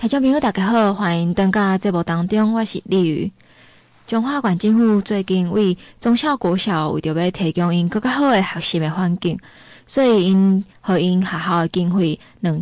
听众朋友大家好，欢迎登到节目当中，我是丽瑜。中华县政府最近为中小国小为着要提供因更加好的学习的环境，所以因学校的经费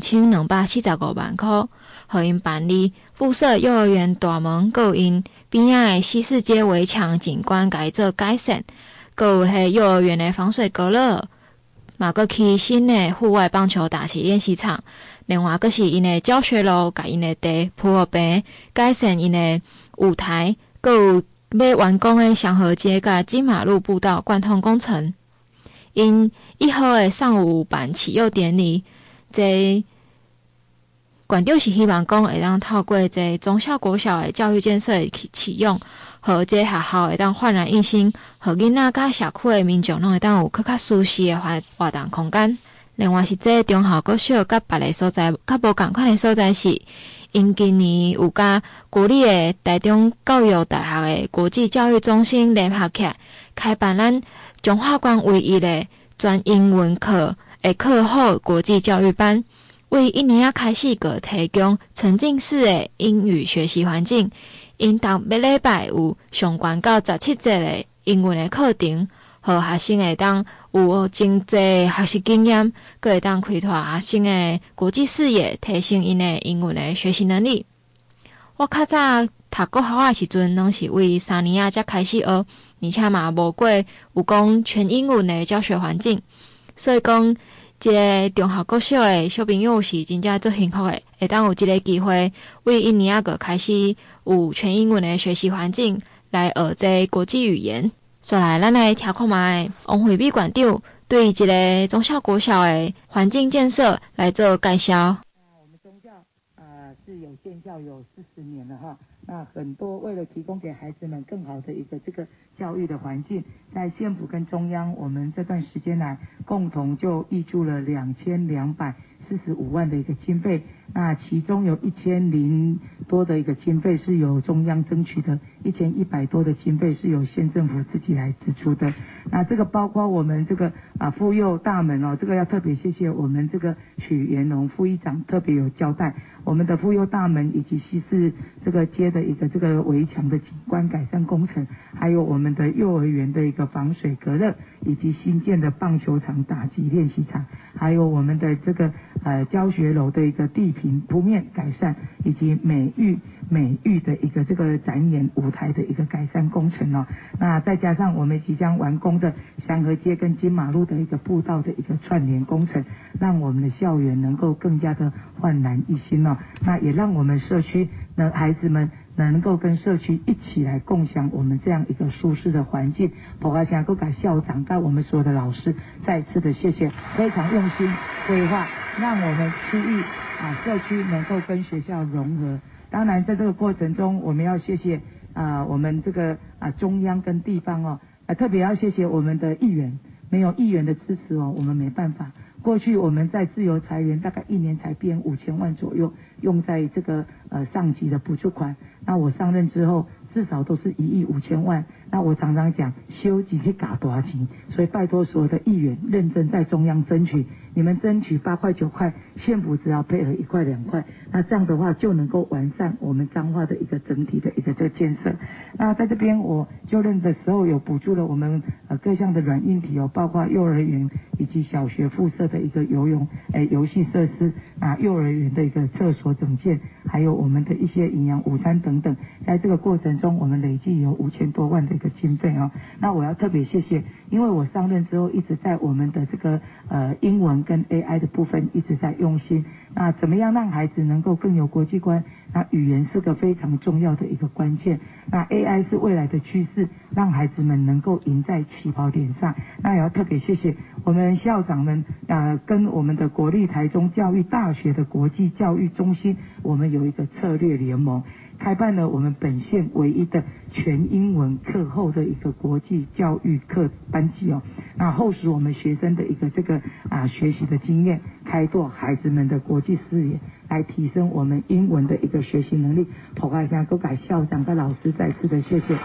2245万块，予因办理附设幼儿园大门，还有因边仔的西市街围墙景观改做改善，还有迄幼儿园的防水隔热，嘛阁起新的户外棒球打气练习场。另外，阁是因的教学楼，甲因的地铺好平，改善因的舞台，阁有要完工的祥和街甲金马路步道贯通工程。因1号的上午办启用典礼，这馆长是希望讲会当透过这中小国小的教育建设的启用，和这学校会当焕然一新，和囡仔甲社区的民众拢会当有更加舒适的活动空间。另外是这中校国小甲别个所在较无共款的所在是，因今年有甲国立的台中教育大学的国际教育中心联合起来，开办咱中华县唯一的专英文课的课后国际教育班，为1年开始个提供沉浸式的英语学习环境，因每礼拜有上悬到17节的英文的课程，和学生会当有真侪学习经验，阁会当开拓学生的国际视野，提升因的英文的学习能力。我较早读国校的时阵，拢是为3年才开始学，而且嘛无过有讲全英文的教学环境，所以讲这个中校国小的小朋友是真正做幸福的，会当有这个机会为1年个开始有全英文的学习环境来学这国际语言。所以咱来听看卖王惠美馆长对这个中小国小的环境建设来做介绍。 我们中校是有建校有40年了哈，那很多为了提供给孩子们更好的一个这个教育的环境，在县府跟中央，我们这段时间来共同就挹注了2245万的一个经费，那其中有1000多的一个经费是由中央争取的，1100多的经费是由县政府自己来支出的。那这个包括我们这个妇幼大门哦，这个要特别谢谢我们这个许元龙副议长特别有交代，我们的妇幼大门以及西市这个街的一个这个围墙的景观改善工程，还有我们的幼儿园的一个防水隔热，以及新建的棒球场打击练习场，还有我们的这个教学楼的一个地坪铺面改善，以及美育的一个这个展演舞台的一个改善工程哦。那再加上我们即将完工的祥和街跟金马路的一个步道的一个串联工程，让我们的校园能够更加的焕然一新哦。那也让我们社区的孩子们能够跟社区一起来共享我们这样一个舒适的环境。我还想给校长跟我们所有的老师再次的谢谢，非常用心规划，让我们区域社区能够跟学校融合。当然在这个过程中，我们要谢谢我们这个中央跟地方哦，特别要谢谢我们的议员，没有议员的支持哦，我们没办法。过去我们在自由裁员大概1年才编5000万左右，用在这个上级的补助款。那我上任之后，至少都是1亿5千万。那我常常讲，修几去嘎多少钱？所以拜托所有的议员认真在中央争取，你们争取8块9块，县府只要配合1块2块，那这样的话就能够完善我们彰化的一个整体的一个这个建设。那在这边我就任的时候有补助了我们各项的软硬体哦，包括幼儿园以及小学附设的一个游戏设施幼儿园的一个厕所整建，还有我们的一些营养午餐等等。在这个过程中，我们累计有5000多万的一个经费哦。那我要特别谢谢，因为我上任之后一直在我们的这个英文跟 AI 的部分一直在用心。那怎么样让孩子能够更有国际观？那语言是个非常重要的一个关键。那 AI 是未来的趋势，让孩子们能够赢在起跑点上。那也要特别谢谢我们校长们跟我们的国立台中教育大学的国际教育中心，我们有一个策略联盟，开办了我们本县唯一的全英文课后的一个国际教育课班级哦。那厚实我们学生的一个这个学习的经验，开拓孩子们的国际视野，来提升我们英文的一个学习能力。普华乡各改校长跟老师再次的谢谢。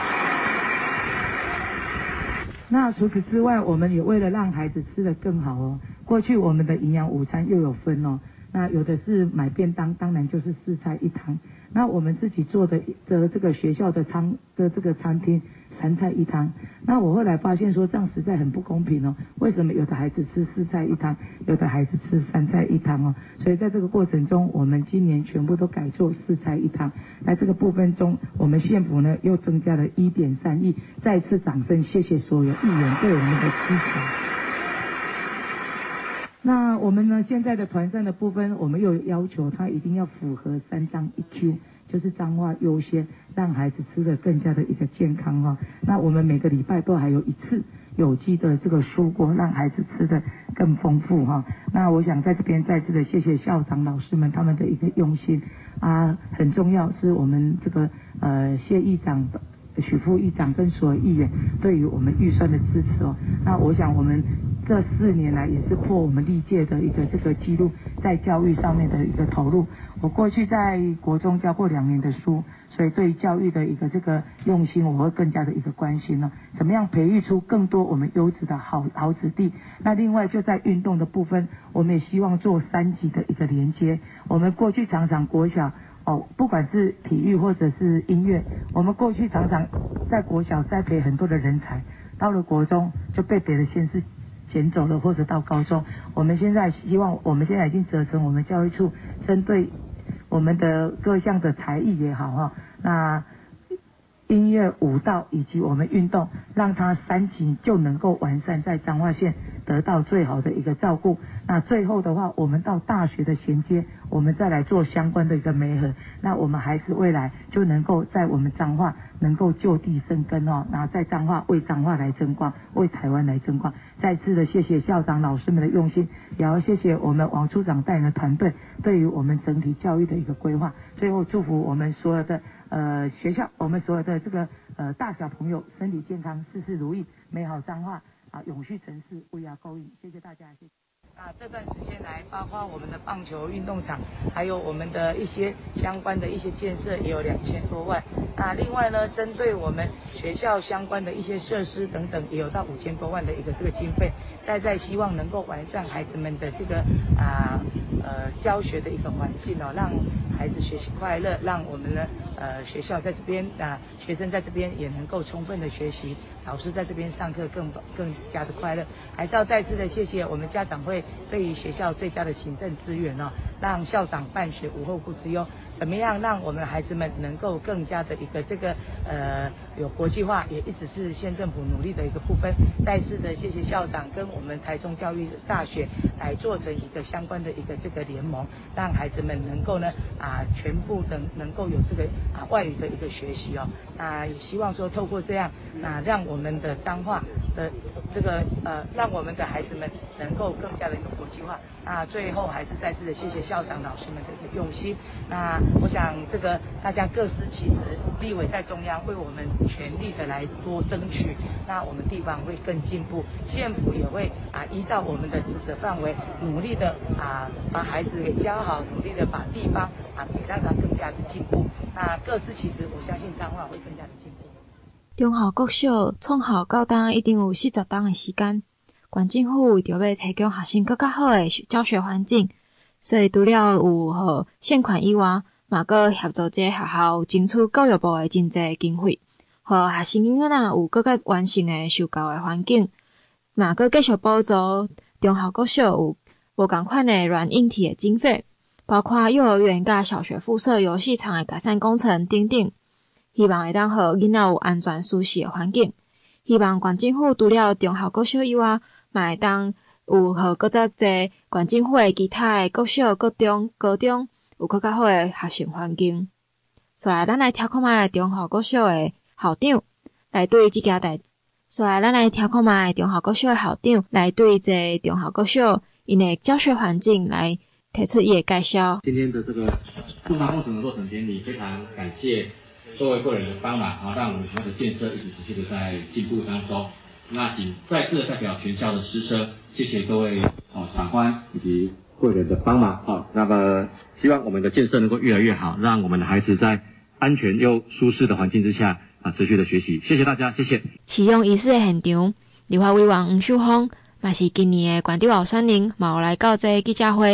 那除此之外，我们也为了让孩子吃得更好哦，过去我们的营养午餐又有分哦， 那有的是买便当，当然就是4菜1汤。那我们自己做的这个学校的这个餐厅3菜1汤。那我后来发现说这样实在很不公平哦。为什么有的孩子吃4菜1汤，有的孩子吃3菜1汤哦？所以在这个过程中，我们今年全部都改做4菜1汤。在这个部分中，我们县府呢又增加了1.3亿。再次掌声，谢谢所有议员对我们的支持。那我们呢，现在的团膳的部分，我们又要求他一定要符合3张1Q，就是彰化优先，让孩子吃的更加的一个健康哈。那我们每个礼拜都还有1次有机的这个蔬果，让孩子吃的更丰富哈。那我想在这边再次的谢谢校长老师们他们的一个用心啊，很重要是我们这个谢议长、许副议长跟所有议员对于我们预算的支持哦。那我想我们这4年来也是破我们历届的一个这个记录，在教育上面的一个投入。我过去在国中教过2年的书，所以对于教育的一个这个用心，我会更加的一个关心哦。怎么样培育出更多我们优质的好子弟？那另外就在运动的部分，我们也希望做3级的一个连接。我们过去常常国小不管是体育或者是音乐，我们过去常常在国小栽培很多的人才，到了国中就被别的县市捡走了，或者到高中，我们现在希望，我们现在已经责成我们教育处针对我们的各项的才艺也好哈，那音乐、舞蹈以及我们运动，让它3级就能够完善在彰化县得到最好的一个照顾。那最后的话，我们到大学的衔接，我们再来做相关的一个媒合，那我们孩子未来就能够在我们彰化能够就地生根哦，那在彰化为彰化来争光，为台湾来争光。再次的谢谢校长老师们的用心，也要谢谢我们王处长带领的团队对于我们整体教育的一个规划。最后祝福我们所有的学校，我们所有的这个大小朋友身体健康，事事如意，美好彰化永续城市，为亚高运。谢谢大家，谢谢。这段时间来，包括我们的棒球运动场，还有我们的一些相关的一些建设，也有2000多万。另外呢，针对我们学校相关的一些设施等等，也有到5000多万的一个这个经费。在希望能够完善孩子们的这个教学的一个环境哦，让孩子学习快乐，让我们呢学校在这边学生在这边也能够充分的学习，老师在这边上课更加的快乐。还是要再次的谢谢我们家长会对于学校最佳的行政资源哦，让校长办学无后顾之忧。怎么样让我们的孩子们能够更加的一个这个有国际化，也一直是县政府努力的一个部分。再次的谢谢校长跟我们台中教育大学来做成一个相关的一个这个联盟，让孩子们能够呢全部的能够有这个外语的一个学习哦。也希望说透过这样让我们的彰化的这个让我们的孩子们能够更加的有国际化。最后还是再次的谢谢校长老师们的一个用心。我想这个大家各司其职，立委在中央为我们全力的来多争取，那我们地方会更进步，县府也会依照我们的职责范围，努力的把孩子给教好，努力的把地方给让它更加的进步。各司其职，我相信彰化会更加的进步。 中校国小创校到当一定有40天的时间，县政府为着要提供学生更加好的教学环境，所以除了有和现款以外，嘛阁协助这学校争取教育部的真济经费，和学生囡仔有更加完善的受教的环境，嘛阁继续补助中校国小有无共款的软硬体的经费，包括幼儿园甲小学附设游戏场的改善工程等等，希望会当互囡仔有安全舒适的环境。希望县政府除了中校国小以外，嘛会当有互更加侪县政府的其他的国小、高中有更加好的学习环境。所以咱来听看卖中校国小的校长来对这件代志。咱来听看卖中校国小的校长来对这中校国小因的教学环境来提出伊的介绍。 今天的这个复发工程的落成典礼，非常感谢各位贵人的帮忙让我们学校的建设一直持续的在进步当中。那请再次代表全校的师生，谢谢各位长官以及贵人的帮忙那么希望我们的建设能够越来越好，让我们的孩子在安全又舒适的环境之下持续的学习。谢谢大家，谢谢。 启用仪式的现场，立法委员黄秀芳嘛是今年的县长候选人，嘛有来到这个记者会。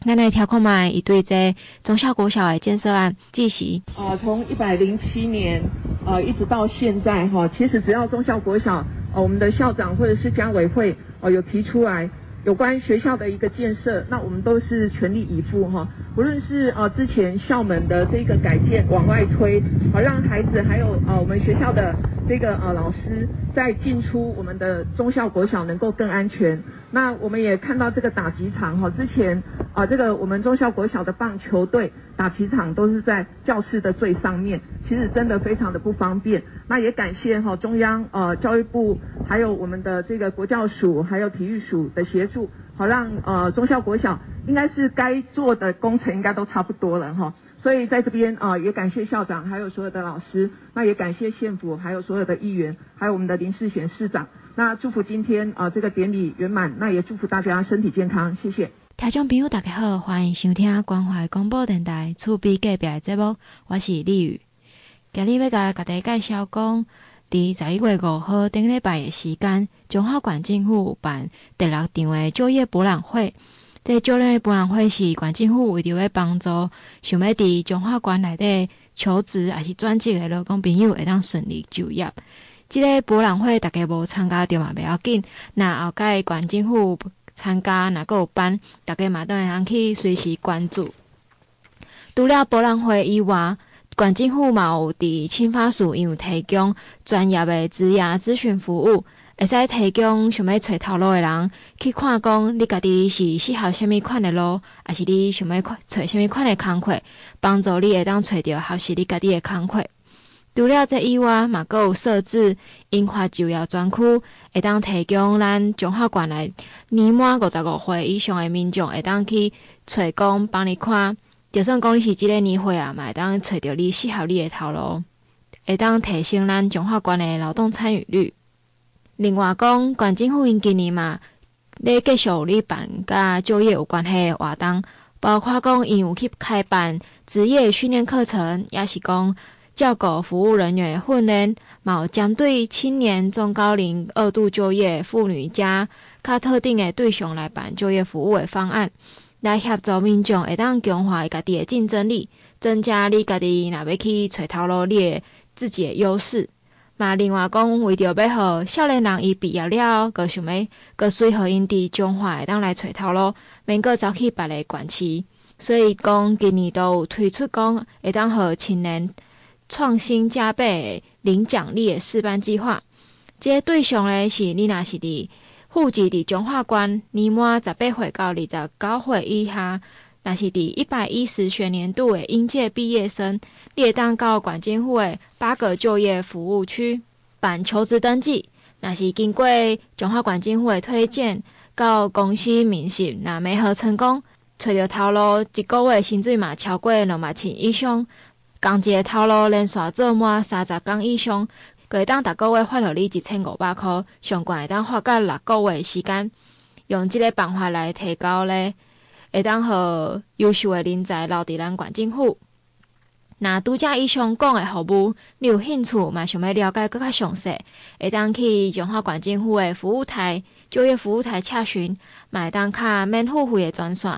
咱来听看卖伊对这忠孝国小的建设案纪实。 从107年一直到现在其实只要忠孝国小我们的校长或者是家委会有提出来有关学校的一个建设，那我们都是全力以赴无论是之前校门的这个改建往外推，让孩子还有我们学校的这个老师在进出我们的忠孝国小能够更安全。那我们也看到这个打击场之前这个我们忠孝国小的棒球队打击场都是在教室的最上面，其实真的非常的不方便。那也感谢中央教育部还有我们的这个国教署还有体育署的协助，让忠孝国小应该是该做的工程应该都差不多了所以在这边也感谢校长还有所有的老师，那也感谢县府还有所有的议员还有我们的林世贤市长。那祝福今天这个典礼圆满，那也祝福大家身体健康，谢谢。 听众朋友大家好，欢迎收听关怀广播电台厝边隔壁的节目，我是丽宇。今日要甲大家介绍讲，伫11月5号顶礼拜的时间，中华县政府有办第6场的就业博览会。这就业博览会是县政府为着要帮助想要伫中华县内底求职还是转职的劳工朋友会当顺利就业。这个博览会大家无参加到嘛袂要紧，那后届县政府参加，若还有办，大家嘛都会通去随时关注。除了博览会以外，县政府嘛有伫青发署有提供专业的职业咨询服务，会使提供想要找头路的人去看讲你家己是适合什么款的路，还是你想要找什么款的工课，帮助你会当找到合适你家己的工课。除了这以外，嘛还有设置樱花就业专区，会当提供咱中华县内年满55岁以上的民众会当去找讲帮你看，就算讲你是这个年岁嘛会当找到你适合你的头路，会当提升咱中华县的劳动参与率。另外讲，县政府因今年嘛咧继续有咧办甲就业有关系的活动，包括讲因有去开办职业训练课程，也是讲照顾服务人员的训练，嘛有针对青年、中高龄二度就业妇女加较特定的对象来办就业服务的方案，来协助民众会当强化家己的竞争力，增加你家己若要去找头路你的自己的优势。嘛，另外讲，为着要互少年人伊毕业了，佮想要佮随和因伫中华会当来找头路，免佮走去别个县市，所以讲今年都有推出讲会当互青年创新加倍零奖励的示范计划。这个对象呢是你若是伫户籍伫中华县年满18岁到29岁以下，若是伫110学年度的应届毕业生，你会当到县政府的8个就业服务区办求职登记。若是经过中华县政府的推荐，到公司面试，若媒合成功，找到头路，一个月薪水嘛超过2万以上。工一个头路连续做满30天以上，会当逐个月发互你1500块，上悬会当发到6个月的时间。用这个办法来提高咧，会当互优秀的人才留伫咱县政府。那拄则以上讲的服务，你有兴趣嘛？想要了解更较详细，会当去中华县政府的服务台、就业服务台洽询，嘛会当卡免付费的专线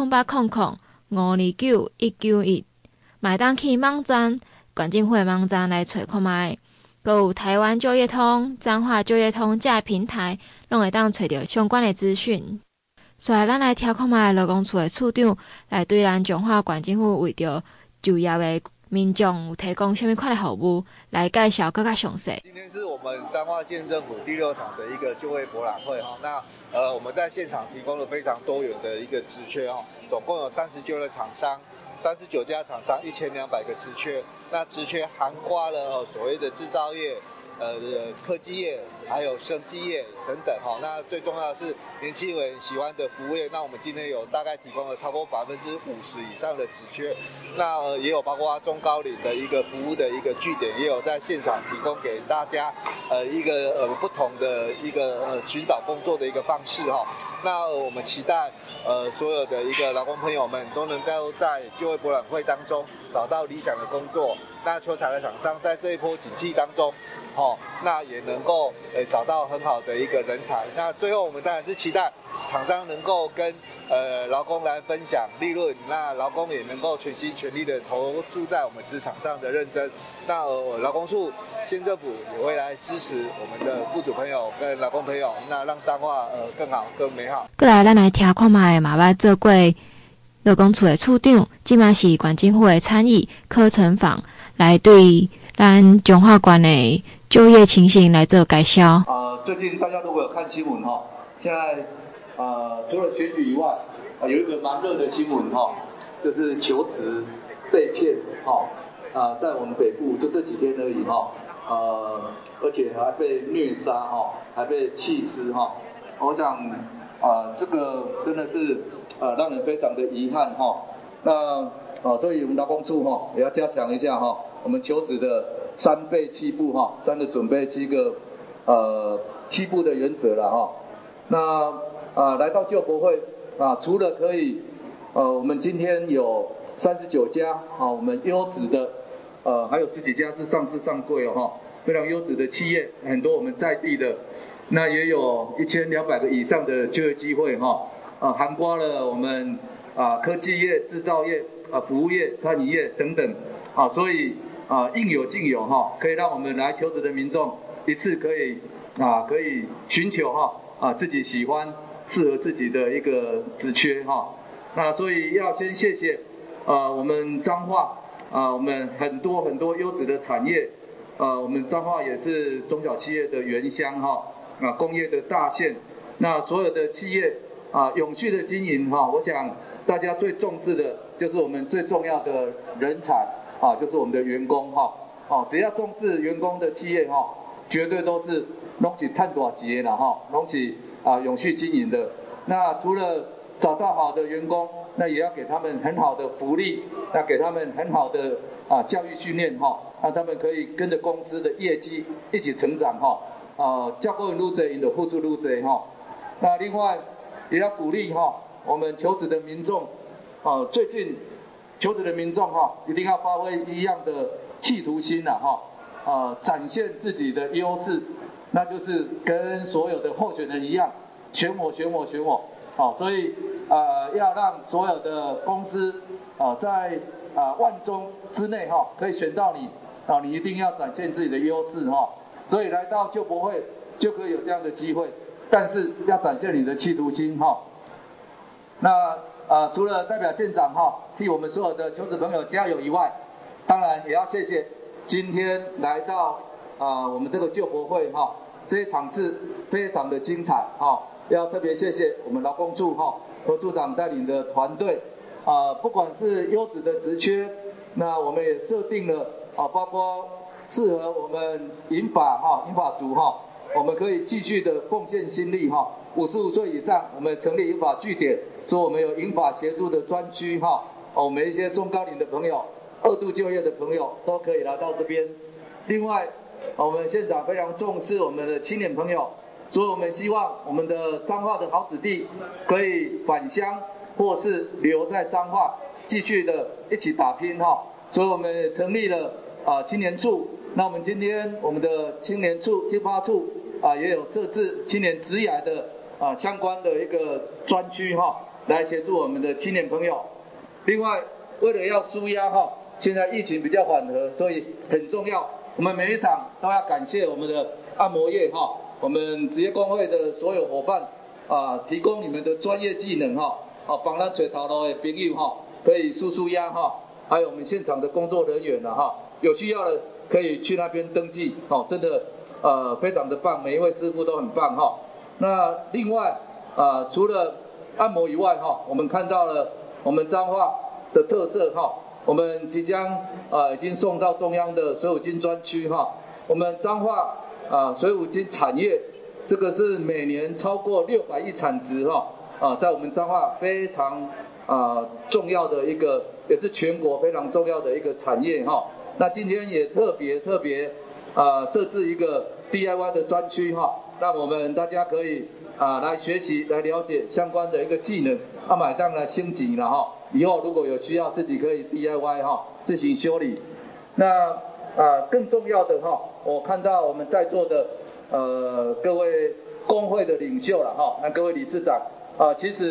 0800529191。买当去网站县政府的网站来找看卖，还有台湾就业通、彰化就业通这平台，拢会当找到相关的资讯。所以咱来听看卖劳工处的处长来对咱中华县政府为着就业的民众有提供什么款的服务，来介绍更加详细。 今天是我们彰化县政府第6场的一个就业博览会哈，那我们在现场提供了非常多元的一个职缺哈，总共有39个厂商。39家厂商，1200个职缺。那职缺涵盖了所谓的制造业、科技业，还有生技业等等哈。那最重要的是年轻人喜欢的服务业。那我们今天有大概提供了超过50%以上的职缺。那也有包括中高龄的一个服务的一个据点，也有在现场提供给大家一个不同的一个寻找工作的一个方式哈。那我们期待所有的一个劳工朋友们都能够在就业博览会当中找到理想的工作。那求财的厂商在这一波景气当中，那也能够找到很好的一个人才。那最后我们当然是期待厂商能够跟劳工来分享利润，那劳工也能够全心全力的投注在我们职场上的认真。那劳工处、县政府也会来支持我们的雇主朋友跟劳工朋友，那让彰化更好、更美好。 过来，咱来听看卖嘛捌做过劳工处的处长，即嘛是县政府的参议柯成访来对咱彰化县的就业情形来做介绍。 最近大家都会有看新闻哈，现在除了选举以外，有一个蛮热的新闻哈，就是求职被骗哈，在我们北部就这几天而已哈，而且还被虐杀哈，还被弃尸哈，我想这个真的是让人非常的遗憾哈。那所以我们劳工处哈也要加强一下哈，我们求职的3备7步哈，3个准备7个7步的原则了哈。那来到就博会除了可以我们今天有39家我们优质的还有10几家是上市上柜哈，非常优质的企业，很多我们在地的，那也有1200个以上的就业机会哈，涵盖了我们科技业、制造业、服务业、餐饮业等等所以应有尽有哈，可以让我们来求职的民众一次可以寻求自己喜欢、适合自己的一个职缺哈。那所以要先谢谢我们彰化我们很多优质的产业，我们彰化也是中小企业的原乡哈，工业的大县，那所有的企业永续的经营哈，我想大家最重视的就是我们最重要的人才就是我们的员工哈，只要重视员工的企业哈，绝对都是拢是赚大钱的啦哈，拢是永续经营的。那除了找到好的员工，那也要给他们很好的福利，那给他们很好的教育训练哈，让他们可以跟着公司的业绩一起成长哈。照顾人愈多，因就付出愈多哈。那另外也要鼓励哈，我们求职的民众最近求职的民众一定要发挥一样的企图心啦哈，展现自己的优势，那就是跟所有的候选人一样，选我选我选我。所以要让所有的公司在万中之内可以选到你你一定要展现自己的优势所以来到就博会就可以有这样的机会，但是要展现你的企图心那除了代表县长替我们所有的求职朋友加油以外，当然也要谢谢今天来到我们这个就博会这一场次非常的精彩要特别谢谢我们劳工处何处长带领的团队不管是优质的职缺，那我们也设定了包括适合我们银发族我们可以继续的奉献心力55岁以上我们成立银发据点，说我们有银发协助的专区我们一些中高龄的朋友、2度就业的朋友都可以来到这边。另外我们县长非常重视我们的青年朋友，所以我们希望我们的彰化的好子弟可以返乡或是留在彰化继续的一起打拼所以我们也成立了青年处。那我们今天我们的青年处青发处也有设置青年职涯的相关的一个专区来协助我们的青年朋友。另外为了要抒压现在疫情比较缓和，所以很重要，我们每一场都要感谢我们的按摩业我们职业工会的所有伙伴提供你们的专业技能帮咱找头路的朋友可以抒压还有我们现场的工作人员有需要的可以去那边登记真的非常的棒，每一位师傅都很棒那另外除了按摩以外我们看到了我们彰化的特色我们即将已经送到中央的水五金专区我们彰化水五金产业这个是每年超过600亿产值在我们彰化非常重要的一个，也是全国非常重要的一个产业那今天也特别设置一个 DIY 的专区让我们大家可以来学习来了解相关的一个技能买单来升级了以后如果有需要自己可以 DIY 自行修理。那更重要的我看到我们在座的各位工会的领袖了那各位理事长其实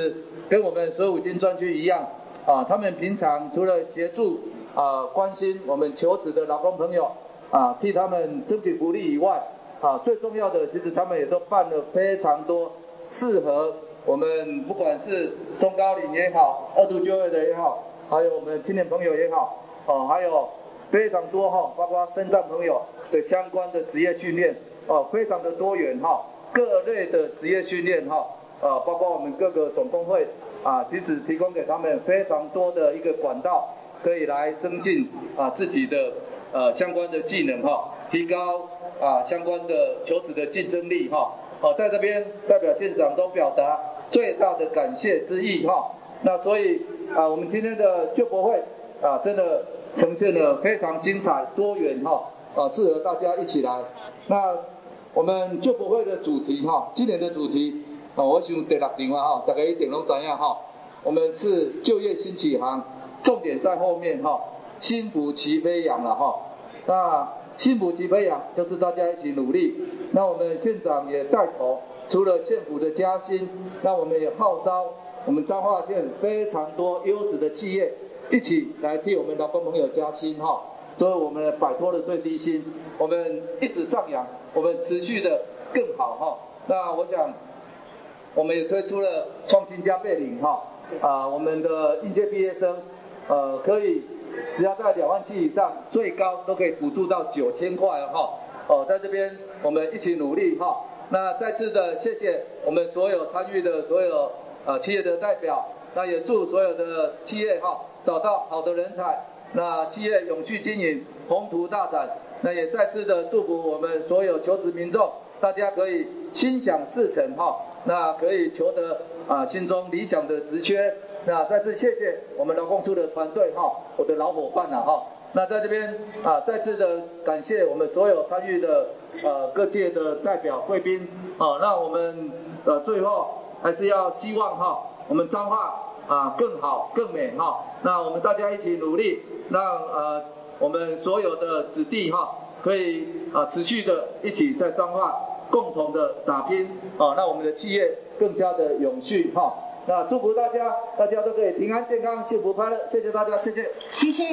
跟我们水五金专区一样他们平常除了协助关心我们求职的劳工朋友替他们争取福利以外最重要的，其实他们也都办了非常多适合我们不管是中高龄也好，二度就业的也好，还有我们青年朋友也好还有非常多包括身障朋友的相关的职业训练非常的多元各类的职业训练包括我们各个总工会其实提供给他们非常多的一个管道，可以来增进自己的相关的技能提高相关的求职的竞争力在这边代表县长都表达最大的感谢之意那所以我们今天的就博会真的呈现了非常精彩多元适合大家一起来。那我们就博会的主题今年的主题我想第6场大家一定都知道我们是就业新起航，重点在后面心福齐飞扬了那心福齐飞扬就是大家一起努力。那我们县长也带头，除了县府的加薪，那我们也号召我们彰化县非常多优质的企业一起来替我们劳工朋友加薪所以我们摆脱了最低薪，我们一直上扬，我们持续的更好那我想我们也推出了创新加倍领我们的应届毕业生可以只要在2万7以上，最高都可以补助到9000块在这边我们一起努力那再次的谢谢我们所有参与的所有企业的代表，那也祝所有的企业找到好的人才，那企业永续经营，宏图大展。那也再次的祝福我们所有求职民众，大家可以心想事成那可以求得心中理想的职缺。那再次谢谢我们劳工处的团队我的老伙伴那在这边再次的感谢我们所有参与的各界的代表贵宾那我们最后还是要希望我们彰化更好更美那我们大家一起努力，让我们所有的子弟可以持续的一起在彰化共同的打拼那我们的企业更加的永续那祝福大家，大家都可以平安健康幸福快乐，谢谢大家，谢谢。 谢谢。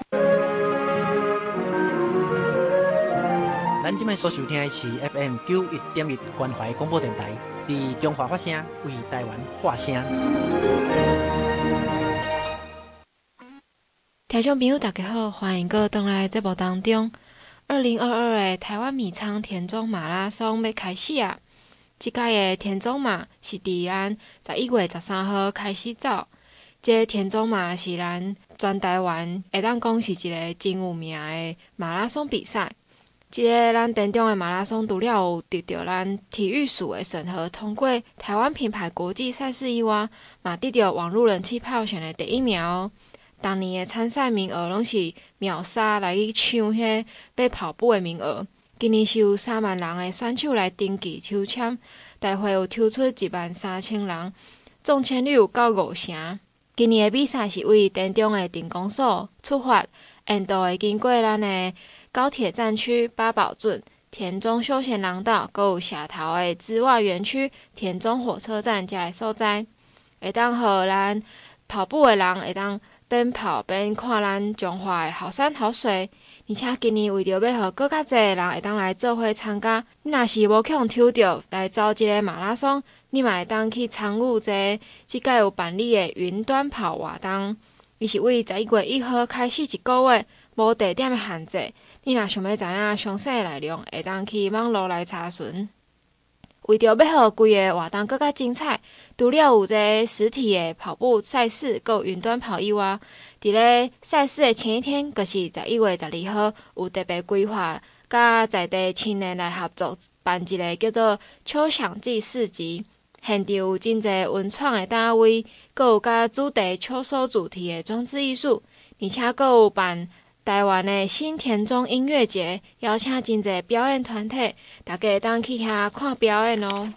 咱今摆所收听的是 FM 91.1关怀广播电台，伫中华发声，为台湾发声。 听众朋友大家好，欢迎各回来节目当中。2022的台湾米仓田中马拉松要开始啊！即届的田中马是伫咱11月13号开始走。这田中马是咱全台湾会当讲是一个真有名的马拉松比赛。即个咱田中的马拉松除了有得到咱体育署的审核通过台湾品牌国际赛事以外，嘛得到网络人气票选的第1名哦。当年的参赛名额拢是秒杀来去抢迄要跑步的名额。今年是有3万人的选手来登记抽签，大会有抽出13000人，中签率有到50%。今年的比赛是为田中的电工所出发，沿途会经过咱的高铁站区、八宝圳、田中休闲廊道，还有社头的织袜园区、田中火车站这些所在，会当互咱跑步的人会当边跑边看咱中华的好山好水。而且今年为着要互更较侪人会当来做伙参加，你若是无去抽到来走即个马拉松，你嘛会当去参与即届有办理的云端跑活动。伊是为11月1号开始1个月，无地点的限制。你若想要知影详细的内容，会当去网络来查询。为着要互规个活动更较精彩，除了有这实体的跑步赛事，还有云端跑以外，伫咧赛事的前一天，就是11月12号，有特别规划，甲在地青年来合作办一个叫做“秋想记市集”，现场有真侪文创的单位，还有甲主题秋收主题的装置艺术，而且还有办台湾的新田中音乐节，邀请真侪表演团体，大家会当去遐看表演哦。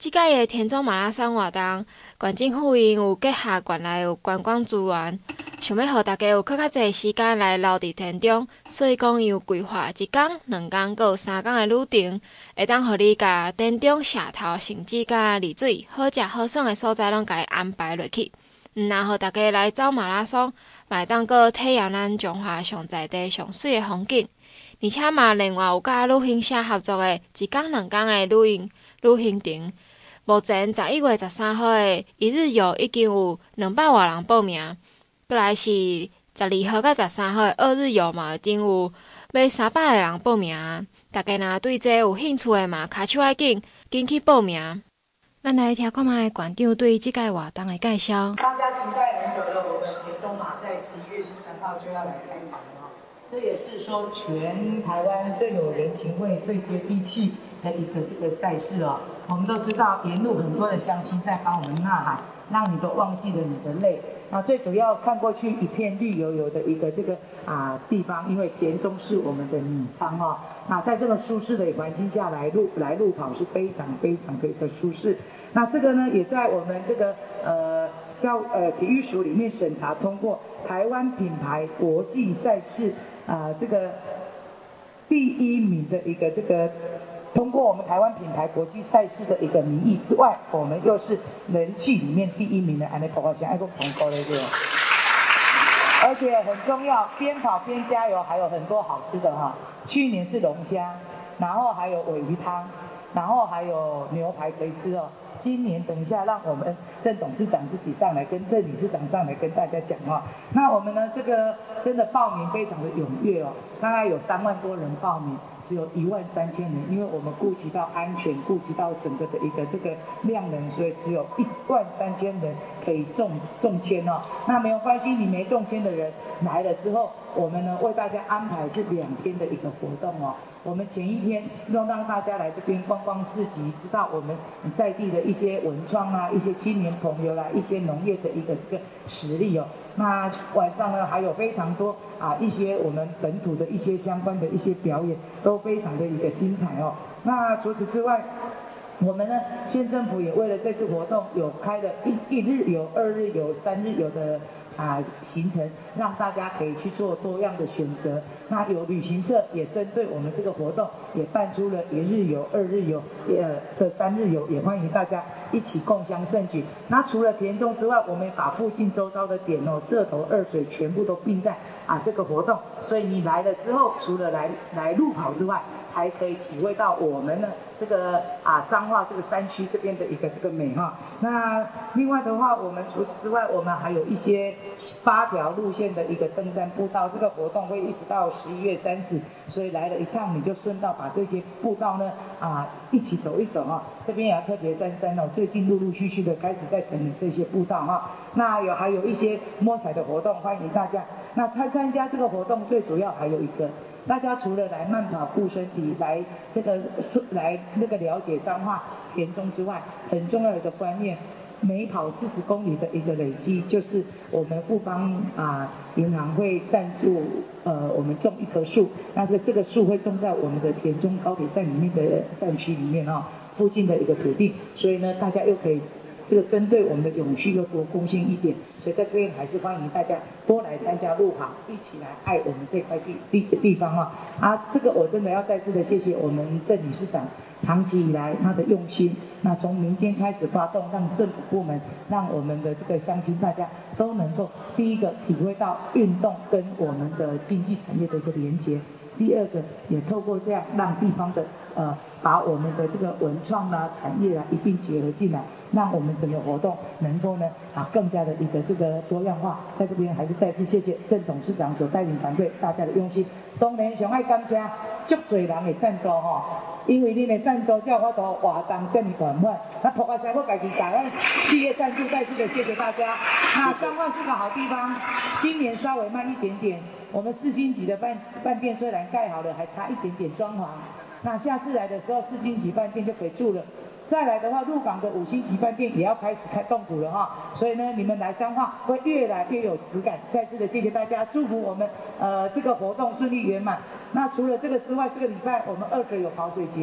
即届的田中马拉松活动，县政府因有结合县内有观光资源，想要互大家有较侪时间来留伫田中，所以讲伊有规划1天、2天，阁有3天的旅程，会当互你甲田中、社头，甚至甲丽水好食好耍的所在，拢甲伊安排落去。然互大家来走马拉松，嘛会当阁体验咱中华上在地上水的风景，而且嘛另外有甲旅行社合作的1天、2天的旅行程。目前11月13號的一日遊已經有200多人報名，再來是12號到13號的2日遊嘛，已經有要300個人報名。大家若對這有興趣的嘛，卡手要緊去報名。咱來聽看賣館長對這屆活動的介紹。 大家期待很久的我們田中馬在11月13號就要來開跑了，這也是說全台灣最有人情味、最接地氣的一個這個賽事哦。我們都知道沿路很多的鄉親在幫我們吶喊，讓你都忘記了你的累。那最主要看過去一片綠油油的一個這個地方，因為田中是我們的米倉哦。那在這麼舒適的環境下來路跑是非常非常的一個舒適。那這個呢，也在我們這個體育署裡面審查通過台灣品牌國際賽事這個第1名的一個這個。通過我們台灣品牌國際賽事的一個名義之外，我們又是人氣裡面第1名的，安尼跑跑箱，愛個捧高的這個，而且很重要，邊跑邊加油，還有很多好吃的哈。去年是龍蝦，然後還有鮪魚湯，然後還有牛排可以吃哦。今年等一下，讓我們鄭董事長自己上來跟鄭理事長上來跟大家講哦。那我們呢，這個真的報名非常的踴躍哦，大概有3萬多人報名，只有13000人，因為我們顧及到安全，顧及到整個的一個這個量能，所以只有13000人可以中籤哦。那沒有關係，你沒中籤的人來了之後，我們呢為大家安排是2天的一個活動哦。我們前一天讓大家來這邊觀光市集，知道我們在地的一些文創啊，一些青年朋友啦，一些農業的一個這個實力哦。那晚上呢，還有非常多一些我們本土的一些相關的一些表演，都非常的一個精彩哦。那除此之外，我們呢縣政府也為了這次活動，有開了一日遊、2日遊、3日遊的行程，讓大家可以去做多樣的選擇。那有旅行社也針對我們這個活動，也辦出了1日遊、2日遊的3日遊，也歡迎大家一起共襄盛舉。那除了田中之外，我們把附近周遭的點哦，社頭、二水全部都併在這個活動。所以你來了之後，除了來路跑之外，還可以體會到我們呢這個彰化這個山區這邊的一個這個美哈。那另外的話，我們除此之外，我們還有一些8條路線的一個登山步道，這個活動會一直到11月30，所以來了一趟你就順道把這些步道呢一起走一走哈。這邊也要特別33哦，最近陸陸續續的開始在整理這些步道哈。那還有一些摸彩的活動，歡迎大家。那參加這個活動最主要還有一個。大家除了來慢跑顧身體，來那個了解彰化田中之外，很重要的一個觀念，每跑40公里的一個累積，就是我們富邦銀行會贊助我們種一棵樹，那這個樹會種在我們的田中高鐵站裡面的站區裡面附近的一個土地，所以呢，大家又可以這個針對我們的永續又多貢獻一點，所以在這邊還是歡迎大家多來參加路跑，一起來愛我們這塊地方這個我真的要再次的謝謝我們鄭理事長長期以來他的用心，那從民間開始發動，讓政府部門，讓我們的這個鄉親大家都能夠第一個體會到運動跟我們的經濟產業的一個連結，第二個也透過這樣讓地方的把我們的這個文創產業一併結合進來，讓我們整個活動能夠呢更加的一個這個多樣化。在這邊還是再次謝謝鄭董事長所帶領團隊大家的用心。當然上愛感謝足多人的贊助因為你的贊助才有法度活動這麼圓滿。那普華鄉我自己感恩企業贊助，再次的謝謝大家。那彰化是個好地方，今年稍微慢一點點，我們4星級的飯店雖然蓋好了，還差一點點裝潢。那下次來的時候，4星級飯店就可以住了。再來的話，鹿港的5星級飯店也要開始開動土了所以呢，你們來彰化會越來越有質感。再次的謝謝大家，祝福我們這個活動順利圓滿。那除了這個之外，這個禮拜我們2水有跑水節，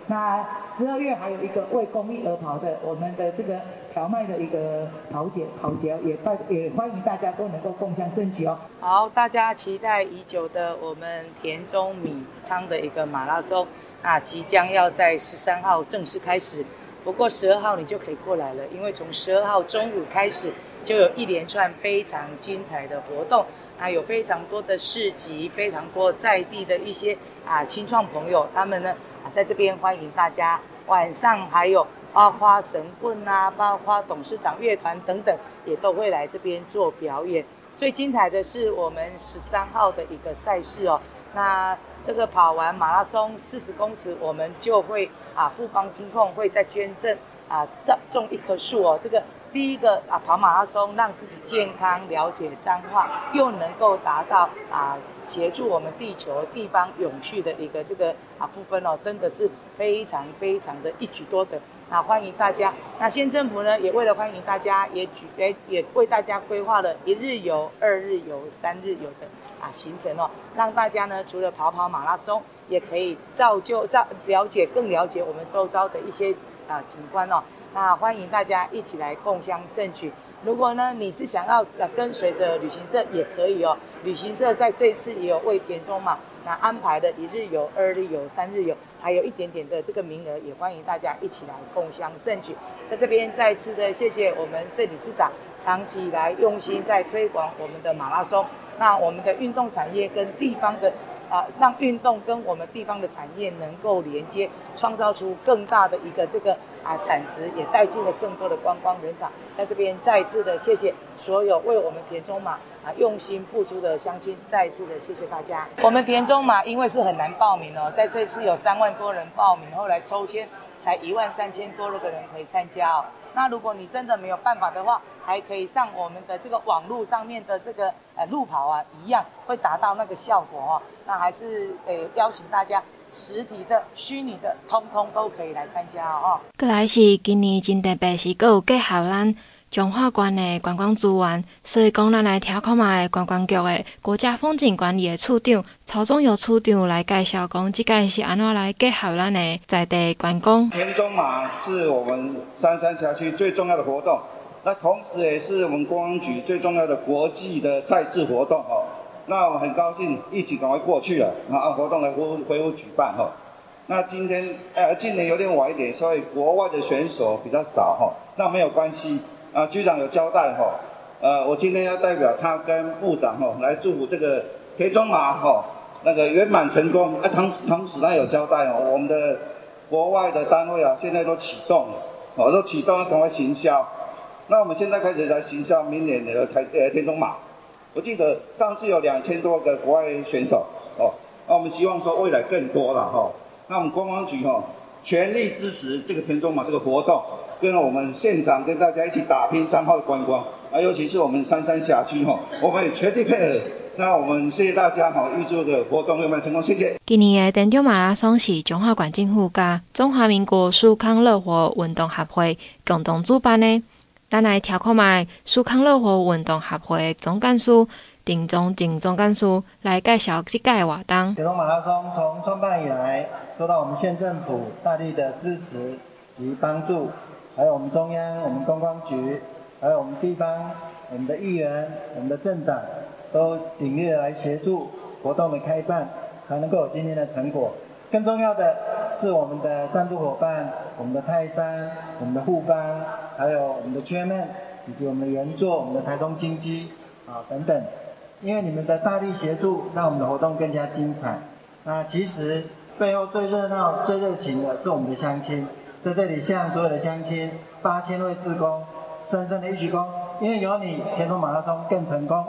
那12月还有一个为公益而跑的，我们的这个荞麦的一个跑节也欢迎大家都能够共襄盛举哦。 好，大家期待已久的我们田中米仓的一个马拉松，即将要在13号正式开始。不过12号你就可以过来了，因为从12号中午开始就有一连串非常精彩的活动，有非常多的市集，非常多在地的一些青创朋友，他们呢在这边欢迎大家。晚上还有包括神棍包括董事长乐团等等，也都会来这边做表演。最精彩的是我们13号的一个赛事哦，那这个跑完马拉松40公尺，我们就会富邦金控会再捐赠种1棵树哦。这个第一个跑马拉松，让自己健康，了解彰化，又能够达到协助我们地球地方永续的一个这个部分哦，真的是非常非常的一举多得。欢迎大家。那县政府呢，也为了欢迎大家，也为大家规划了1日游、2日游、3日游的行程哦，让大家呢除了跑马拉松，也可以更了解我们周遭的一些景观哦。那欢迎大家一起来共襄盛举。如果呢你是想要跟随着旅行社也可以哦，旅行社在这次也有为田中马安排的1日游、2日游、3日游，还有一点点的这个名额，也欢迎大家一起来共襄盛举。在这边再次的谢谢我们郑理事长长期以来用心在推广我们的马拉松，那我们的运动产业跟地方的让运动跟我们地方的产业能够连接，创造出更大的一个这个产值，也带进了更多的观光人潮。在这边再一次的谢谢所有为我们田中马用心付出的乡亲，再一次的谢谢大家。我们田中马因为是很难报名哦，在这次有3万多人报名，后来抽签才13000多个人可以参加哦。那如果你真的没有办法的话，还可以上我们的这个网络上面的这个路跑一样会达到那个效果哦。那还是邀请大家实体的、虚拟的，通通都可以来参加哦。 再来是今年真特别，是还有结合咱彰化县的观光资源，所以讲咱来听看卖观光局的国家风景管理的处长曹忠友处长来介绍讲，这个是安怎来结合咱的在地观光。 田中马是我们三山辖区最重要的活动，那同时也是我们观光局最重要的国际的赛事活动哦。那我们很高兴疫情赶快过去了，然后活动来恢复举办哈。那今年有点晚一点，所以国外的选手比较少哈，那没有关系。局长有交代我今天要代表他跟部长来祝福这个田中马那个圆满成功。同时他有交代我们的国外的单位现在都启动了，都启动要赶快行销。那我们现在开始来行销明年的田中马。我记得上次有2000多个国外选手那我们希望说未来更多了那我们观光局全力支持这个田中马这个活动。跟我们县长跟大家一起打拼彰化的观光尤其是我们三山辖区我们也全力配合。那我们谢谢大家预祝这个活动圆满成功，谢谢。 今年的田中马拉松是彰化县政府甲中华民国舒康乐活运动协会共同主办的。咱来听看卖舒康乐活运动协会总干事丁宗景总干事来介绍这届活动。 田中马拉松从创办以来，受到我们县政府大力的支持及帮助。还有我们中央、我们观光局，还有我们地方、我们的议员、我们的镇长，都鼎力的来协助活动的开办，才能够有今天的成果。更重要的是我们的赞助伙伴，我们的泰山、我们的富邦，还有我们的缺闷，以及我们的原作、我们的台中金鸡等等。因为你们的大力协助，让我们的活动更加精彩。那其实背后最热闹、最热情的是我们的乡亲。在这里向所有的乡亲8000位志工深深的一鞠躬，因为有你，田中马拉松更成功。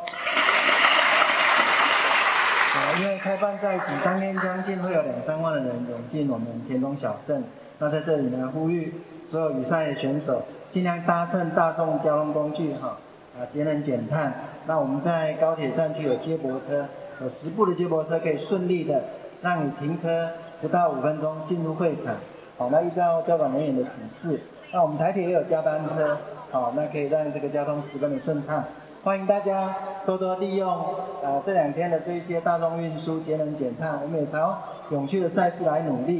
因为开办在即当天将近会有2-3万的人涌进我们田中小镇。那在这里呢，呼吁所有比赛的选手尽量搭乘大众交通工具节能减碳。那我们在高铁站区有接驳车，有10部的接驳车可以顺利的让你停车不到5分钟进入会场。那依照交管人员的指示，那我们台铁也有加班车，那可以让这个交通十分的顺畅。欢迎大家多多利用这2天的这些大众运输节能减碳，我们也朝永续的赛事来努力。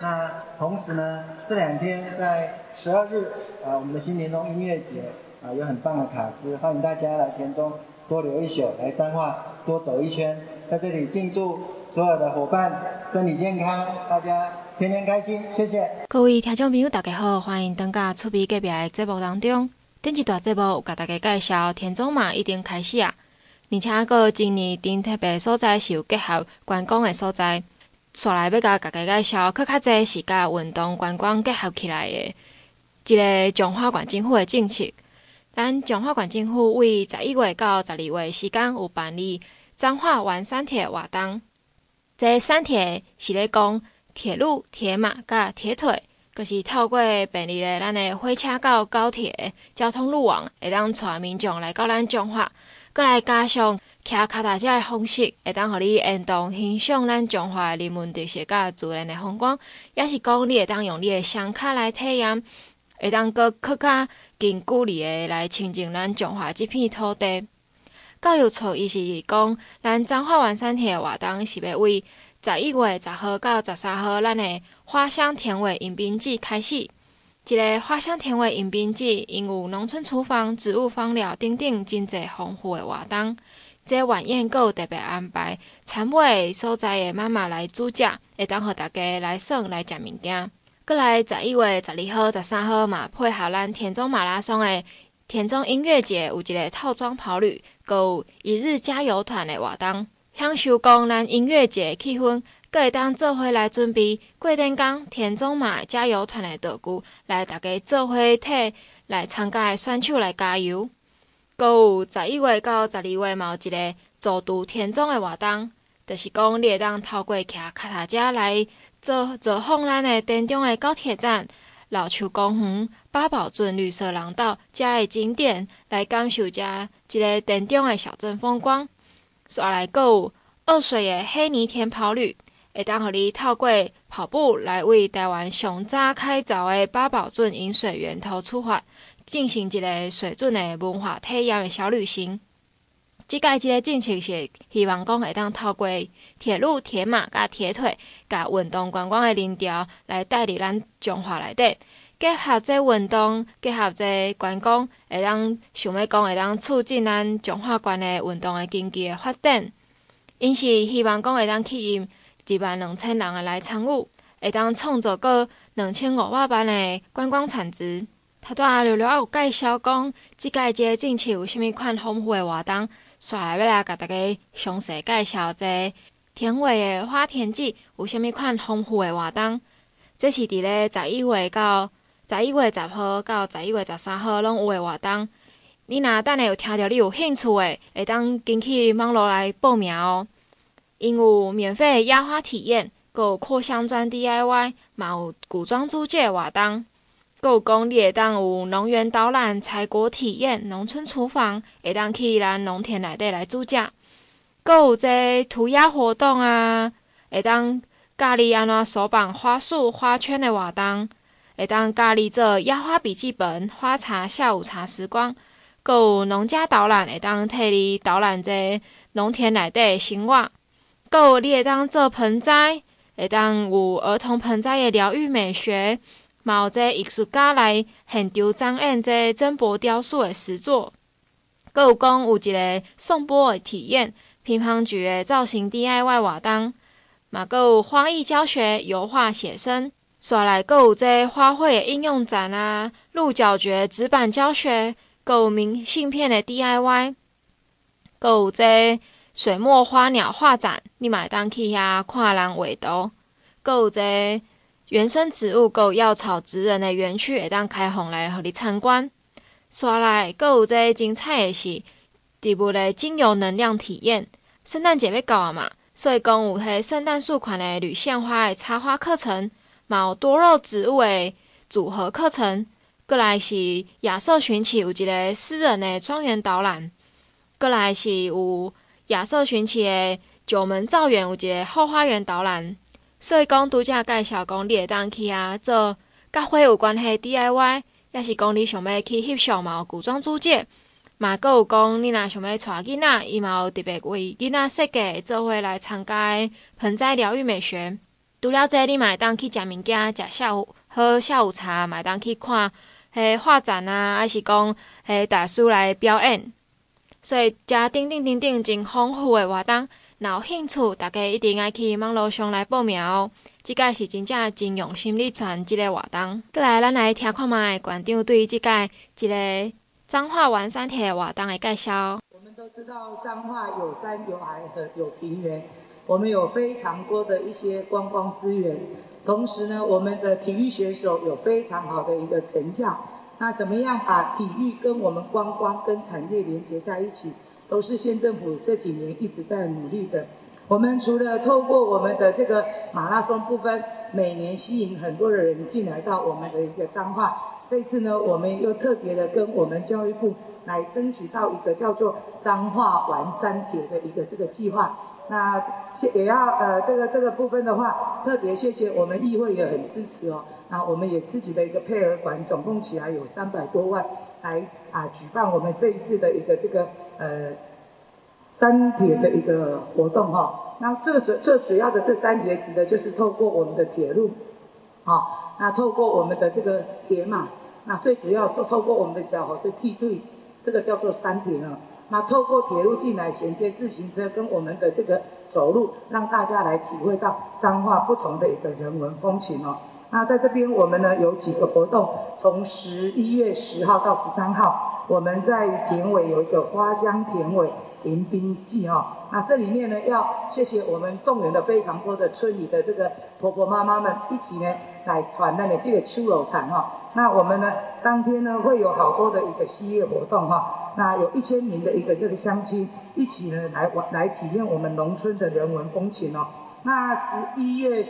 那同时呢，这2天在12日我们的新田中音乐节有很棒的卡司，欢迎大家来田中多留一宿，来彰化多走一圈，在这里敬祝所有的伙伴身体健康，大家天天开心，谢谢。 各位听众朋友，大家好，欢迎登到厝边隔壁的节目当中。顶一段节目有甲大家介绍田中马已经开始啊，而且个今年顶特别所在是有结合观光的所在。煞来要甲大家介绍，较济是甲运动观光结合起来的一个彰化县政府的政策。咱彰化县政府为11月到12月时间有办理彰化环山铁活动。这山铁是咧讲铁路、铁马甲铁腿，就是透过便利的咱的火车到高铁交通路网，会当带民众来到咱彰化，搁来加上骑脚踏车的方式，会当互你沿途欣赏咱彰化的人文特色甲自然的风光，也是讲你会当用你的双脚来体验，会当搁更较近距离的来亲近咱彰化这片土地。教育处伊是讲，咱彰化环山铁的活动是要为11月10号到13号咱的花香田尾迎宾季开始。这个花香田尾迎宾季，因有农村厨房、植物芳疗等等真侪丰富的活动。这晚宴阁有特别安排参尾所在的妈妈来煮食，会当互大家来耍来食物件。搁来11月12号、13号嘛，配合咱田中马拉松的田中音乐节，有一个套装跑旅，阁有一日加油团的活动，享受讲咱音乐节气氛，阁会当做伙来准备过顶天田中马加油团的道具，来大家做伙替来参加的选手来加油。阁有11月到12月嘛，有一个走读田中的活动，就是讲你会当透过骑脚踏车来造访咱的田中的高铁站、老树公园、八宝圳绿色廊道遮的景点，来感受遮一个田中的小镇风光。煞来阁有二水的黑泥田跑旅，会当互你透过跑步来为台湾上早开凿的八宝圳饮水源头出发，进行一个水准的文化体验的小旅行。即届即个政策是希望讲会当透过铁路、铁马甲铁腿，甲运动观光的链条来带入咱彰化内底，结合这运动，结合这观光，会当想要讲会当促进咱彰化县的运动的经济的发展。因是希望讲会当吸引12000人的来参与，会当创造个2500万的观光产值。头段聊聊有介绍讲，即届这个政策有啥物款丰富的活动，煞来要来甲大家详细介绍这田尾的花田季有啥物款丰富的活动。这是伫咧11月10号到11月13号拢有的活动。你若等下有听到你有兴趣的，会当紧去网络来报名哦。因有免费的压花体验，阁有扩香砖 DIY， 嘛有古装租借活动。阁有讲你会当有农园导览、采果体验、农村厨房，会当去咱农田内底来煮食。阁有这涂鸦活动啊，会当教你安怎手绑花束、花圈的活动，会当教你做压花笔记本、花茶下午茶时光。阁有农家导览，会当替你导览这农田内底的生活。阁有你会当做盆栽，会当有儿童盆栽的疗愈美学。嘛有这艺术家来现场展演这珍箔雕塑的实作，阁有讲有一个颂钵的体验、乒乓球的造型 DIY 活动，嘛阁有花艺教学、油画写生，煞来阁有这花卉的应用展啊、鹿角蕨纸板教学，阁有明信片的 DIY， 阁有这水墨花鸟画展，你嘛会当去遐看人画图，阁有这原生植物阁有药草职人的园区会当开放来互你参观。煞来阁有这精彩的是植物的精油能量体验。圣诞节要到啊嘛，所以讲有迄圣诞树款的铝线花的插花课程，嘛有多肉植物的组合课程。阁来是亚瑟寻奇有一个私人的庄园导览。阁来是有亚瑟寻奇的九门造园有一个后花园导览。所以讲，拄则介绍讲，你会当去做甲花有关系 DIY， 也是讲你想要去翕相嘛有古装租借，嘛阁有讲你若想要带囡仔，伊嘛有特别为囡仔设计做伙来参加盆栽疗愈美学。 除了这，你嘛会当去食物件、食下午茶，嘛会当去看画展啊，还是讲大师来表演。所以遮等真丰富的活动，若有兴趣，大家一定爱去网络上来报名哦。即届是真正真用心咧传即个活动。再来，咱来听看卖馆长对即届一个彰化玩3铁活动的介绍。 我们都知道彰化有山有海有平原，我们有非常多的一些观光资源，同时呢，我们的体育选手有非常好的一个成效。那怎么样把体育跟我们观光跟产业连接在一起，都是县政府这几年一直在努力的。我们除了透过我们的这个马拉松部分，每年吸引很多的人进来到我们的一个彰化，这次呢，我们又特别的跟我们教育部来争取到一个叫做彰化玩3铁的一个这个计划。那也要这个部分的话，特别谢谢我们议会也很支持哦。那我们也自己的一个配合馆，总共起来有300多万来举办我们这一次的一个这个3铁的一个活动哈。那最主要的这3铁指的就是透过我们的铁路，那透过我们的这个铁马，那最主要就透过我们的脚这梯队，这个叫做3铁啊。那透过铁路进来衔接自行车跟我们的这个走路，让大家来体会到彰化不同的一个人文风情哦。那在这边我们呢有几个活动，从11月10号到13号，我们在田尾有一个花香田尾迎宾季哦。那这里面呢要谢谢我们动员了非常多的村里的这个婆婆妈妈们一起呢来传咱的这个秋楼产哈。那我们呢当天呢会有好多的一个系列活动哈。那有1000名的一个这个乡亲一起呢来体验我们农村的人文风情哦。那11月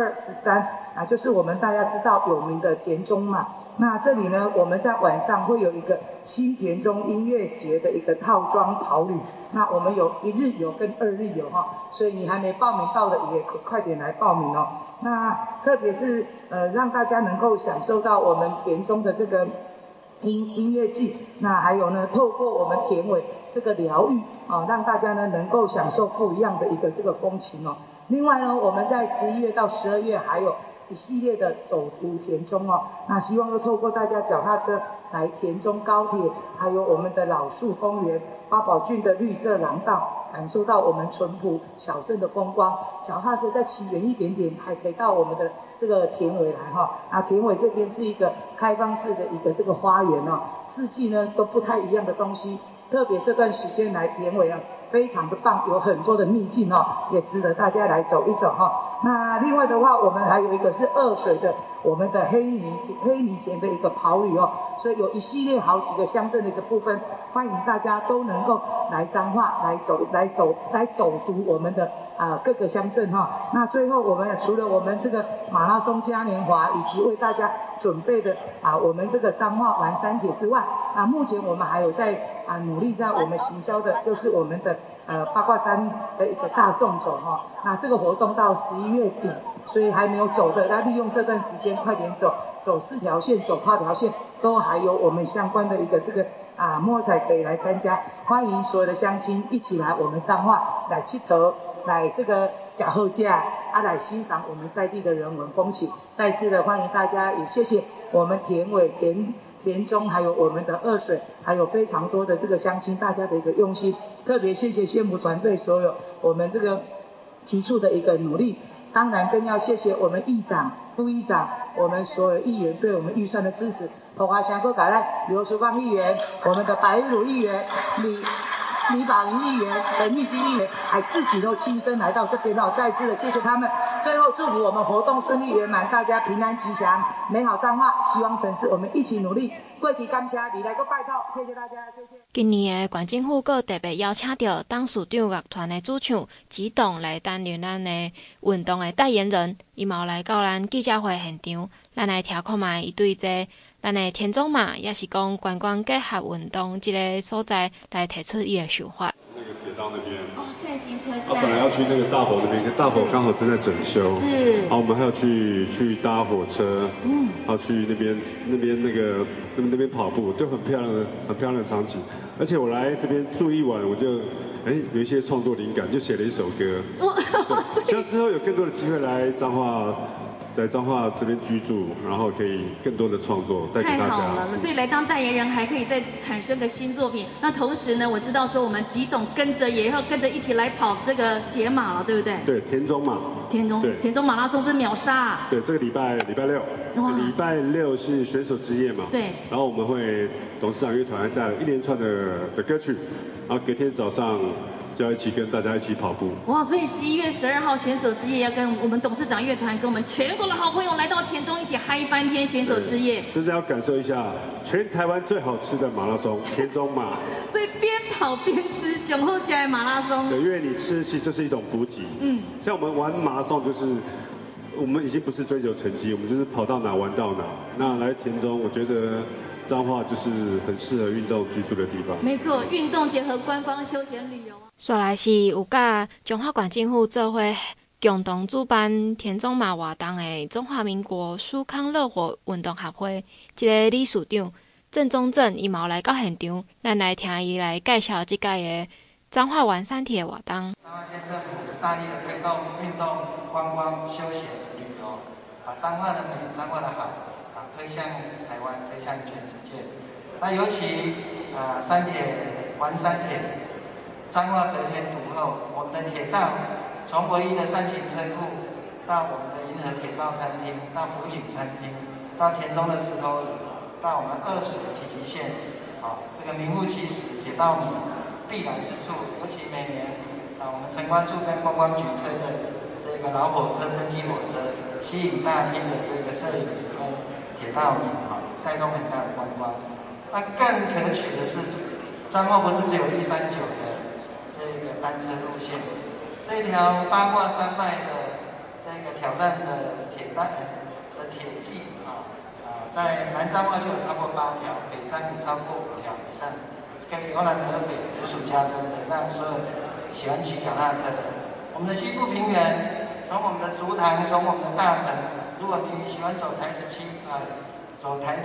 12、13就是我们大家知道有名的田中嘛。那这里呢，我们在晚上会有一个新田中音乐节的一个套装跑旅。那我们有1日游跟2日游哈，所以你还没报名到的也快点来报名哦。那特别是让大家能够享受到我们田中的这个音乐季，那还有呢，透过我们田尾这个疗愈让大家呢能够享受不一样的一个这个风情哦。另外呢，我们在11月到12月还有一系列的走读田中哦，那希望透过大家脚踏车来田中高铁，还有我们的老树公园、八宝郡的绿色廊道，感受到我们淳朴小镇的风光。脚踏车再骑远一点点，还可以到我们的这个田尾来哈。那田尾这边是一个开放式的一个这个花园哦，四季呢都不太一样的东西。特别这段时间来田尾非常的棒，有很多的秘境也值得大家来走一走哈。那另外的话，我们还有一个是二水的我们的黑泥田的一个跑旅哦，所以有一系列好几个乡镇的一个部分，欢迎大家都能够来彰化来走读我们的各个乡镇哈。那最后我们除了我们这个马拉松嘉年华以及为大家准备的我们这个彰化玩3铁之外，目前我们还有在努力在我们行销的，就是我们的八卦山的一个大众走哈。那这个活动到11月底，所以还没有走的，那利用这段时间快点走4条线，走8条线，都还有我们相关的一个这个摸彩可以来参加。欢迎所有的乡亲一起来我们彰化来佚佗，来这个吃好吃来欣赏我们在地的人文风情。再次的欢迎大家，也谢谢我们田尾田中还有我们的二水，还有非常多的这个乡亲大家的一个用心，特别谢谢县府团队所有我们这个局处的一个努力，当然更要谢谢我们议长、副议长，我们所有议员对我们预算的支持。同华乡各改来刘淑芳议员，我们的白玉如议员，李宝林议员、陈玉金议员，还自己都亲身来到这边再次的谢谢他们。最后祝福我们活动顺利圆满，大家平安吉祥，美好彰化，希望城市我们一起努力。过去感谢你来个拜托，谢谢大家，谢谢。 今年的县政府阁特别邀请到董事长乐团的主唱吉董来担任咱的运动的代言人，伊嘛有来到咱记者会现场，咱来听看卖伊对这咱的田中马，也是讲观光结合运动这个所在来提出伊的想法。 那个铁道那边善行车站。 他本来要去那个大佛那边，可大佛刚好正在整修。 是。 然后我们还有去搭火车，还有去那边跑步，就很漂亮的场景。而且我来这边住一晚，我就有一些创作灵感，就写了一首歌。希望之后有更多的机会来彰化。在彰化这边居住，然后可以更多的创作带给大家。 太好了，所以来当代言人还可以再产生个新作品。那同时呢，我知道说我们吉总也要跟着一起来跑这个铁马了，对不对？ 对，田中马。 田中马拉松是秒杀。 对，这个礼拜六，礼拜六是选手之夜嘛。 对。 然后我们会董事长乐团带了一连串的歌曲，然后隔天早上。就要一起跟大家一起跑步哇！所以11月12号选手之夜要跟我们董事长乐团跟我们全国的好朋友来到田中一起嗨翻天选手之夜， 真的要感受一下全台湾最好吃的马拉松田中马。 所以边跑边吃，雄厚起来马拉松。 对，因为你吃其实就是一种补给。像我们玩马拉松就是。我们已经不是追求成绩，我们就是跑到哪玩到哪。那来田中，我觉得彰化就是很适合运动居住的地方。 没错，运动结合观光休闲旅游。 再来是有甲中华县政府做伙共同主办田中马活动的中华民国舒康乐活运动协会一个理事长郑宗正，伊嘛有来到现场，咱来听伊来介绍这届的彰化玩山铁活动。 彰化县政府大力的推动运动、观光、休闲、旅游，把彰化的美、彰化的好推向台湾，推向全世界。那尤其山铁玩山铁。彰化得天独厚，我们的铁道从唯一的扇形车库，到我们的银河铁道餐厅，到福景餐厅，到田中的石头椅，到我们二水集集线，这个名副其实铁道迷必来之处。尤其每年我们城管处跟观光局推的这个老火车、蒸汽火车，吸引大批的这个摄影迷跟铁道迷，带动很大的观光。那更可取的是，彰化不是只有139的。单车路线，这条八卦山脉的这个挑战的铁骑在南彰化就有超过8条，北彰也超过5条以上，可以由南而北，如数家珍的，让所有喜欢骑脚踏车的。我们的西部平原，从我们的竹塘，从我们的大城，如果你喜欢走台17，走台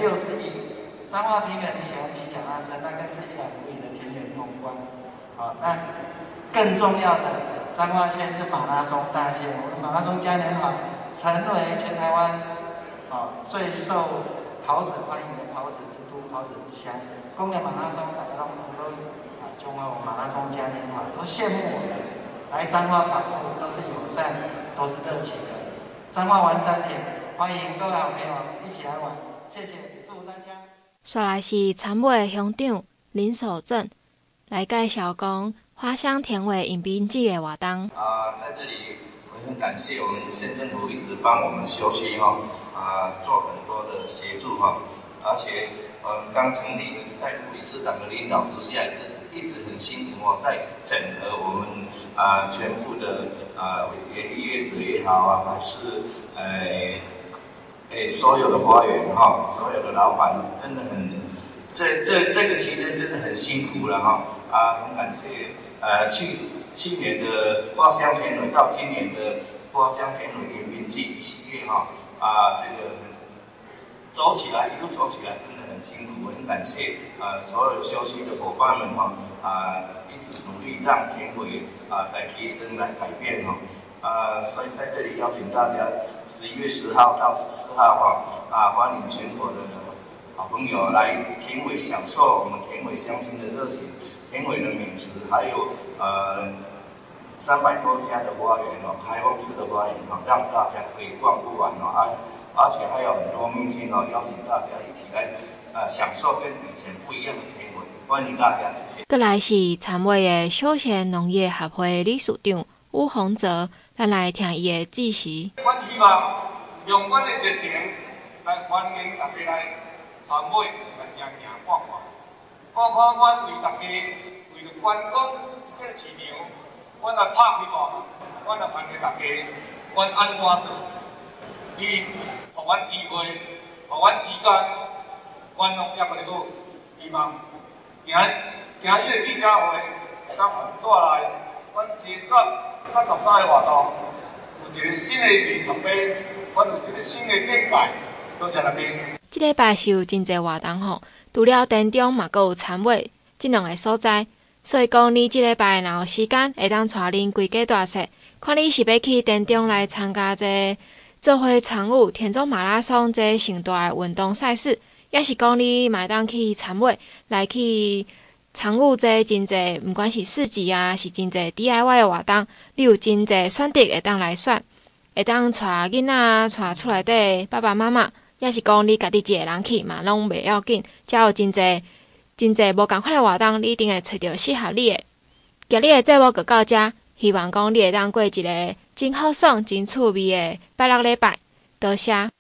61，彰化平原你喜欢骑脚踏车，那更是一览无遗的田园风光。那更重要的，彰化县是马拉松大县，我们马拉松嘉年华成为全台湾最受跑者欢迎的跑者之都、跑者之乡。公园马拉松大家都中华马拉松嘉年华都羡慕我们来彰化跑步，都是友善，都是热情的。彰化玩山铁，欢迎各位好朋友一起来玩，谢谢，祝福大家。 再来是参委乡长林守正来介绍讲。花香田尾迎宾季的活动在这里我很感谢我们县政府一直帮我们休息做很多的协助而且刚成立在副理事长的领导之下，一直很辛苦在整合我们全部的园艺业者也好还是所有的花园所有的老板真的很这个期间真的很辛苦了很感谢去年的花香田尾到今年的花香田尾迎宾季7月这个一路走起来真的很辛苦，很感谢所有休息的伙伴们一直努力让田尾来提升来改变所以在这里邀请大家11月10号到14号欢迎全国的好朋友来田尾享受我们田尾乡亲的热情，田尾的美食，还有300多家的花园开放式的花园让大家可以逛不完而且还有很多秘境邀请大家一起来享受跟以前不一样的田尾，欢迎大家，谢谢。 再来是参委的休闲农业协会理事长吴宏哲，咱来听伊的指示。 阮希望用阮的热情来欢迎大家来参委来行看看阮为大家为了观光这个市场，阮来拍开幕，阮来盼着大家，阮安怎做？伊互阮机会，互阮时间，阮拢也袂哩好。希望今日的记者会，当带来阮7月到13个活动，有一个新的里程碑，阮有一个新的境界。多谢大家。 这礼拜是有真侪活动除了田中嘛，阁有参委这2个所在， 所以讲，你即礼拜若有时间，会当带恁规家大细，看你是要去田中来参加这做伙参与田中马拉松这盛大的运动赛事，也是讲你嘛当去参与来去参与这真济，毋管是市集啊，是真济 DIY 的活动，你有真济选择会当来选，会当带囡仔带厝内底爸爸妈妈，也是讲你家己一个人去嘛，拢袂要紧，只要有真济无共款的活动，你一定会找到适合你的。今日的节目就到这，希望讲你会当过一个真好爽、真趣味的拜六礼拜。多谢。